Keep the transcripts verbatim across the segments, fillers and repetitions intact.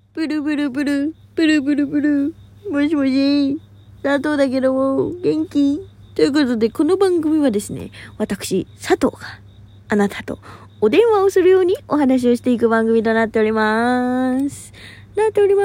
ブルブルブル、ブルブルブル、もしもし、佐藤だけども、元気ということで、この番組はですね、私、佐藤があなたとお電話をするようにお話をしていく番組となっております。なっております。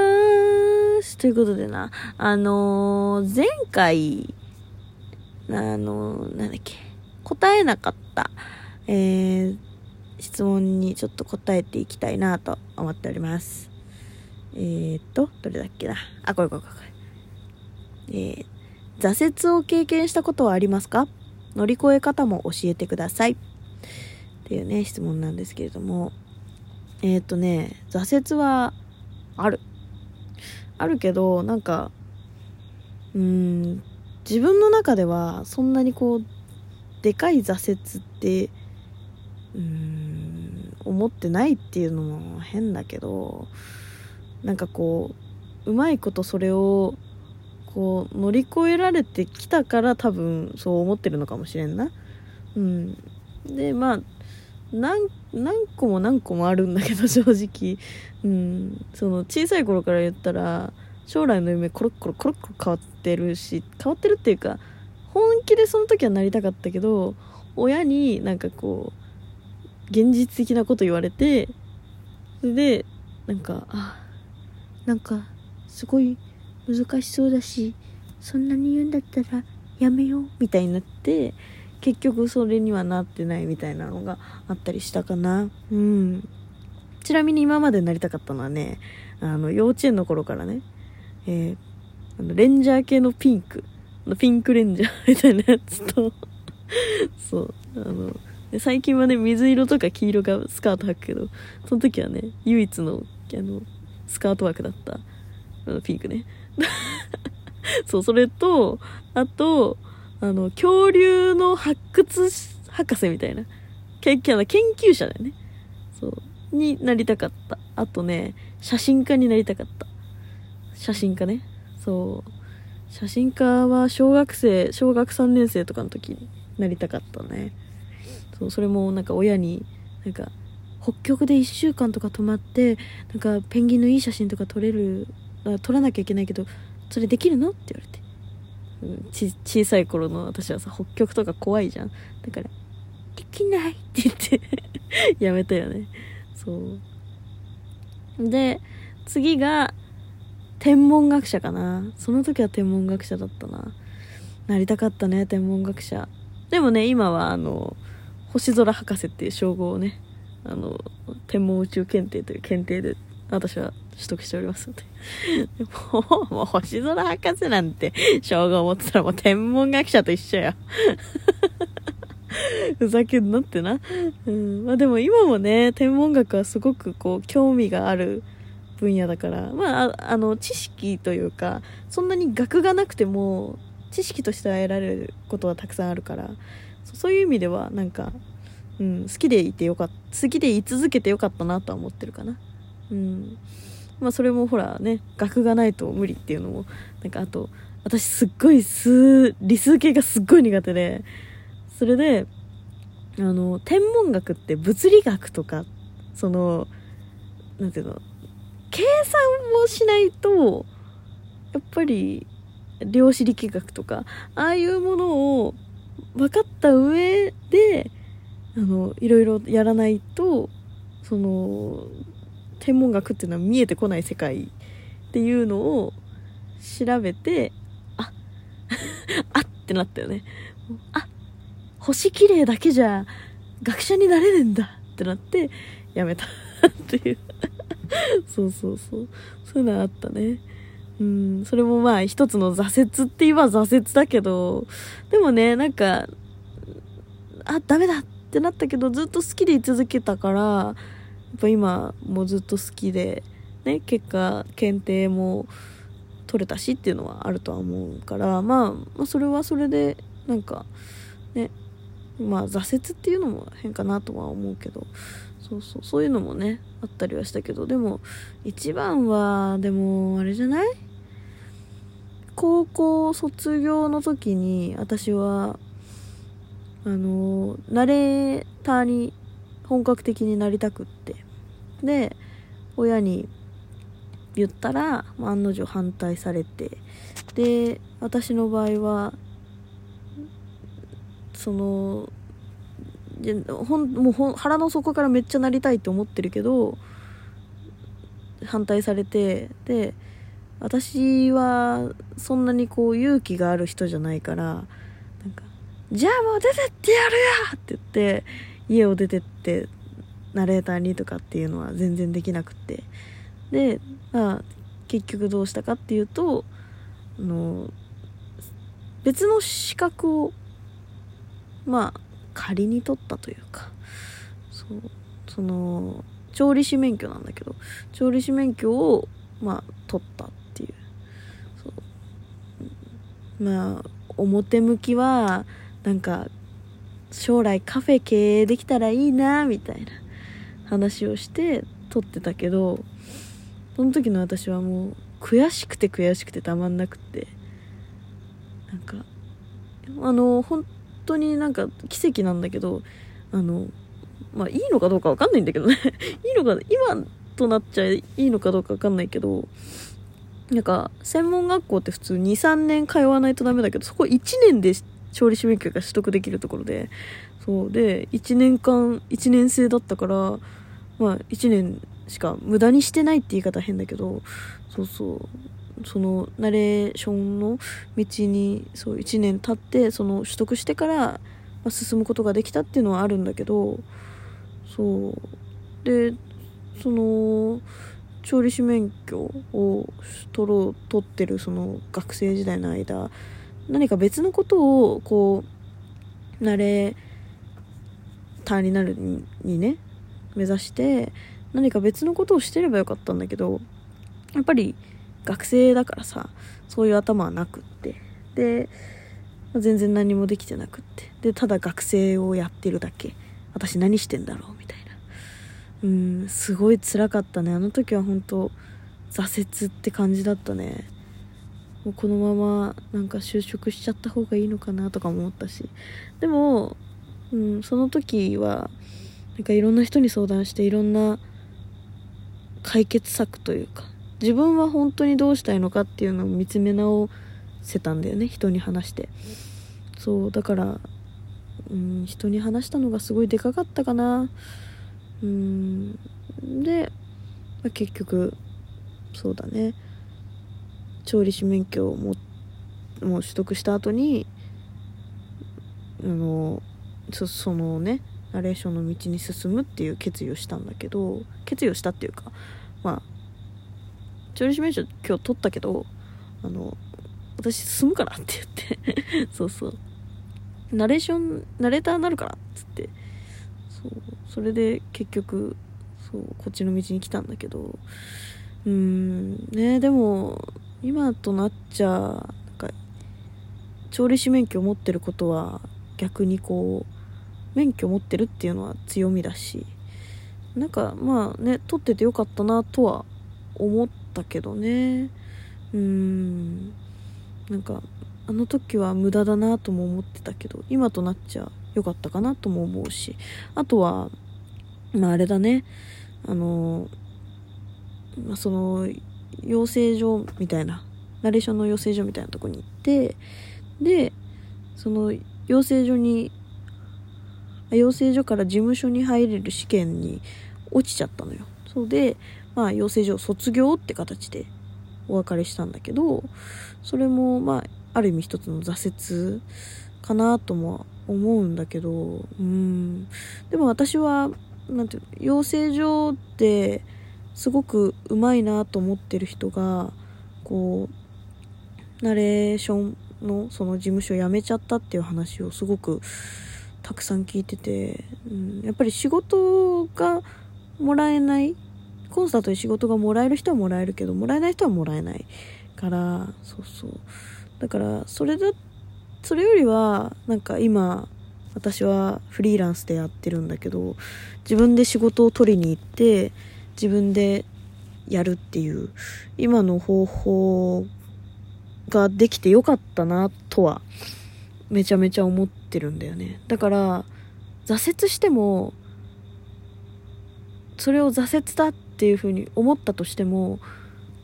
ということでな、あのー、前回、あのー、なんだっけ、答えなかった、えー、質問にちょっと答えていきたいなと思っております。えーっと、どれだっけな。あ、これこれこれ。えー、挫折を経験したことはありますか？乗り越え方も教えてください。っていうね、質問なんですけれども。えーっとね、挫折はある。あるけど、なんか、うーん、自分の中ではそんなにこう、でかい挫折って、うーん、思ってないっていうのも変だけど、なんかこううまいことそれをこう乗り越えられてきたから多分そう思ってるのかもしれんな。うんでまあ何何個も何個もあるんだけど正直、うんその小さい頃から言ったら将来の夢コロッコロコロッコロ変わってるし変わってるっていうか本気でその時はなりたかったけど親になんかこう現実的なこと言われてそれでなんかあなんかすごい難しそうだしそんなに言うんだったらやめようみたいになって結局それにはなってないみたいなのがあったりしたかな。うんちなみに今までなりたかったのはねあの幼稚園の頃からね、えー、あのレンジャー系のピンクピンクレンジャーみたいなやつとそうあので最近はね水色とか黄色がスカート履くけどその時はね唯一のあのスカート枠だったピンクねそうそれとあとあの恐竜の発掘博士みたいな研究者だよねそうになりたかった。あとね写真家になりたかった。写真家ねそう写真家は小学生小学さんねん生とかの時になりたかったね。そうそれもなんか親になんか北極でいっしゅうかんとか泊まってなんかペンギンのいい写真とか撮れる撮らなきゃいけないけどそれできるのって言われて、うん、ち小さい頃の私はさ北極とか怖いじゃんだからできないって言ってやめたよね。そうで次が天文学者かな。その時は天文学者だったな。なりたかったね天文学者。でもね今はあの星空博士っていう称号をねあの天文宇宙検定という検定で私は取得しておりますのでもう、もう星空博士なんて称号を持ってたらもう天文学者と一緒やふざけんなってな、うんまあ、でも今もね天文学はすごくこう興味がある分野だからまああの知識というかそんなに学がなくても知識としては得られることはたくさんあるからそういう意味ではなんか、うん、好きでいてよかった好きでい続けてよかったなとは思ってるかな。うんまあそれもほらね学がないと無理っていうのもなんかあと私すっごい数理数系がすっごい苦手でそれであの天文学って物理学とかそのなんていうの計算をしないとやっぱり量子力学とかああいうものを分かった上であのいろいろやらないとその天文学っていうのは見えてこない世界っていうのを調べてああってなったよね。あ星綺麗だけじゃ学者になれねえんだってなってやめたっていうそうそうそうそういうのあったね。うんそれもまあ一つの挫折って言えば挫折だけどでもねなんかあダメだってなったけどずっと好きでい続けたからやっぱ今もずっと好きでね結果検定も取れたしっていうのはあるとは思うからまあ、まあそれはそれでなんかねまあ挫折っていうのも変かなとは思うけどそうそうそういうのもねあったりはしたけどでも一番はでもあれじゃない高校卒業の時に私はあのナレーターに本格的になりたくってで親に言ったら案の定反対されて、で私の場合はそのほんもうほん腹の底からめっちゃなりたいって思ってるけど反対されて、で私はそんなにこう勇気がある人じゃないから、なんかじゃあもう出てってやるよって言って家を出てってナレーターにとかっていうのは全然できなくって、で、まあ、結局どうしたかっていうと、あの別の資格をまあ仮に取ったというか、そうその調理師免許なんだけど、調理師免許をまあ取ったっていう、そうまあ表向きはなんか将来カフェ経営できたらいいなみたいな話をして取ってたけど、その時の私はもう悔しくて悔しくてたまんなくって、なんかあの本当になんか奇跡なんだけど、あのまあいいのかどうかわかんないんだけどねいいのか今となっちゃいいのかどうかわかんないけど、なんか専門学校って普通 にさんねん通わないとダメだけど、そこいちねんで調理師免許が取得できるところで、そうでいちねんかんいちねん生だったから、まあいちねんしか無駄にしてないって言い方は変だけど、そうそうそのナレーションの道にそういちねん経ってその取得してから、まあ、進むことができたっていうのはあるんだけど、そうでその調理師免許を取ろう取ってるその学生時代の間、何か別のことをこうナレーターになるにね目指して何か別のことをしてればよかったんだけど、やっぱり学生だからさ、そういう頭はなくって、で全然何もできてなくって、でただ学生をやってるだけ、私何してんだろうみたいな、うん、すごい辛かったね。あの時は本当挫折って感じだったね。もうこのままなんか就職しちゃった方がいいのかなとか思ったし、でも、うん、その時はなんかいろんな人に相談して、いろんな解決策というか、自分は本当にどうしたいのかっていうのを見つめ直せたんだよね、人に話して。そうだから、うん、人に話したのがすごいでかかったかな。うんで、まあ、結局そうだね、調理師免許をももう取得した後にあの そ, そのねナレーションの道に進むっていう決意をしたんだけど、決意をしたっていうか、まあ調理師免許今日取ったけど、あの私進むからって言ってそうそうナレーションナレーターになるからっつって、そうそれで結局そうこっちの道に来たんだけど、うーんね、でも今となっちゃなんか調理師免許を持ってることは逆にこう免許持ってるっていうのは強みだし、なんかまあね取っててよかったなとは思ったけどね。うーんなんかあの時は無駄だなとも思ってたけど、今となっちゃよかったかなとも思うし、あとはまああれだね、あのまあその養成所みたいなナレーションの養成所みたいなとこに行って、でその養成所に養成所から事務所に入れる試験に落ちちゃったのよ。そうでまあ養成所卒業って形でお別れしたんだけど、それもまあある意味一つの挫折かなとも思うんだけど、うーんでも私はなんていうの、養成所ってすごくうまいなと思ってる人がこうナレーションのその事務所辞めちゃったっていう話をすごくたくさん聞いてて、うん、やっぱり仕事がもらえない、コンサートで仕事がもらえる人はもらえるけどもらえない人はもらえないから、そうそうだからそれだそれよりはなんか今私はフリーランスでやってるんだけど、自分で仕事を取りに行って自分でやるっていう今の方法ができてよかったなとはめちゃめちゃ思ってるんだよね。だから挫折してもそれを挫折だっていう風に思ったとしても、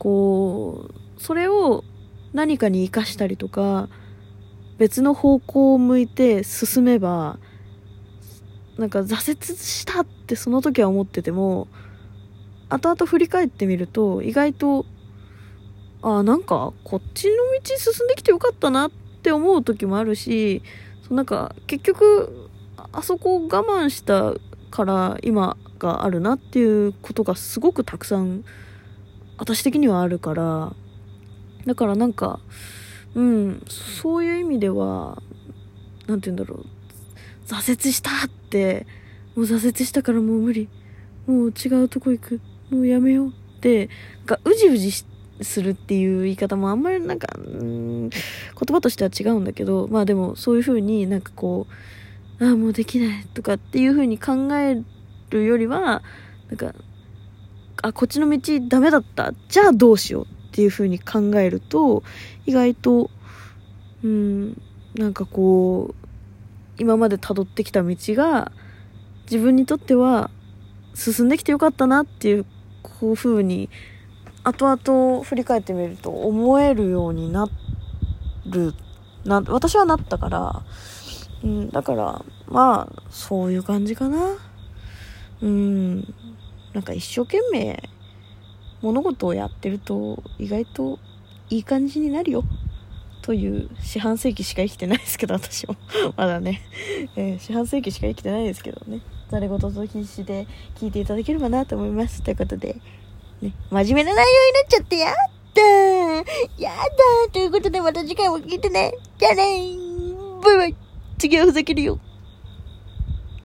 こうそれを何かに生かしたりとか別の方向を向いて進めば、なんか挫折したってその時は思ってても、後々振り返ってみると意外とああなんかこっちの道進んできてよかったなって思う時もあるし、そなんか結局あそこを我慢したから今があるなっていうことがすごくたくさん私的にはあるから、だからなんかうんそういう意味ではなんて言うんだろう、挫折したってもう挫折したからもう無理、もう違うとこ行く、もうやめようってがうじうじするっていう言い方もあんまりなんかうーん言葉としては違うんだけど、まあでもそういう風になんかこうああもうできないとかっていう風に考えるよりは、なんかあこっちの道ダメだった、じゃあどうしようっていう風に考えると意外とうんなんかこう今まで辿ってきた道が自分にとっては進んできてよかったなっていうこういう風に後々振り返ってみると思えるようになるな私はなったから、うん、だからまあそういう感じかな。うんなんか一生懸命物事をやってると意外といい感じになるよという四半世紀しか生きてないですけど私もまだね、えー、四半世紀しか生きてないですけどね、ざれ言と必死で聞いていただければなと思います。ということでね、真面目な内容になっちゃってやったーやだーということでまた次回も聞いてね。じゃあねーバイバイ。次はふざけるよ。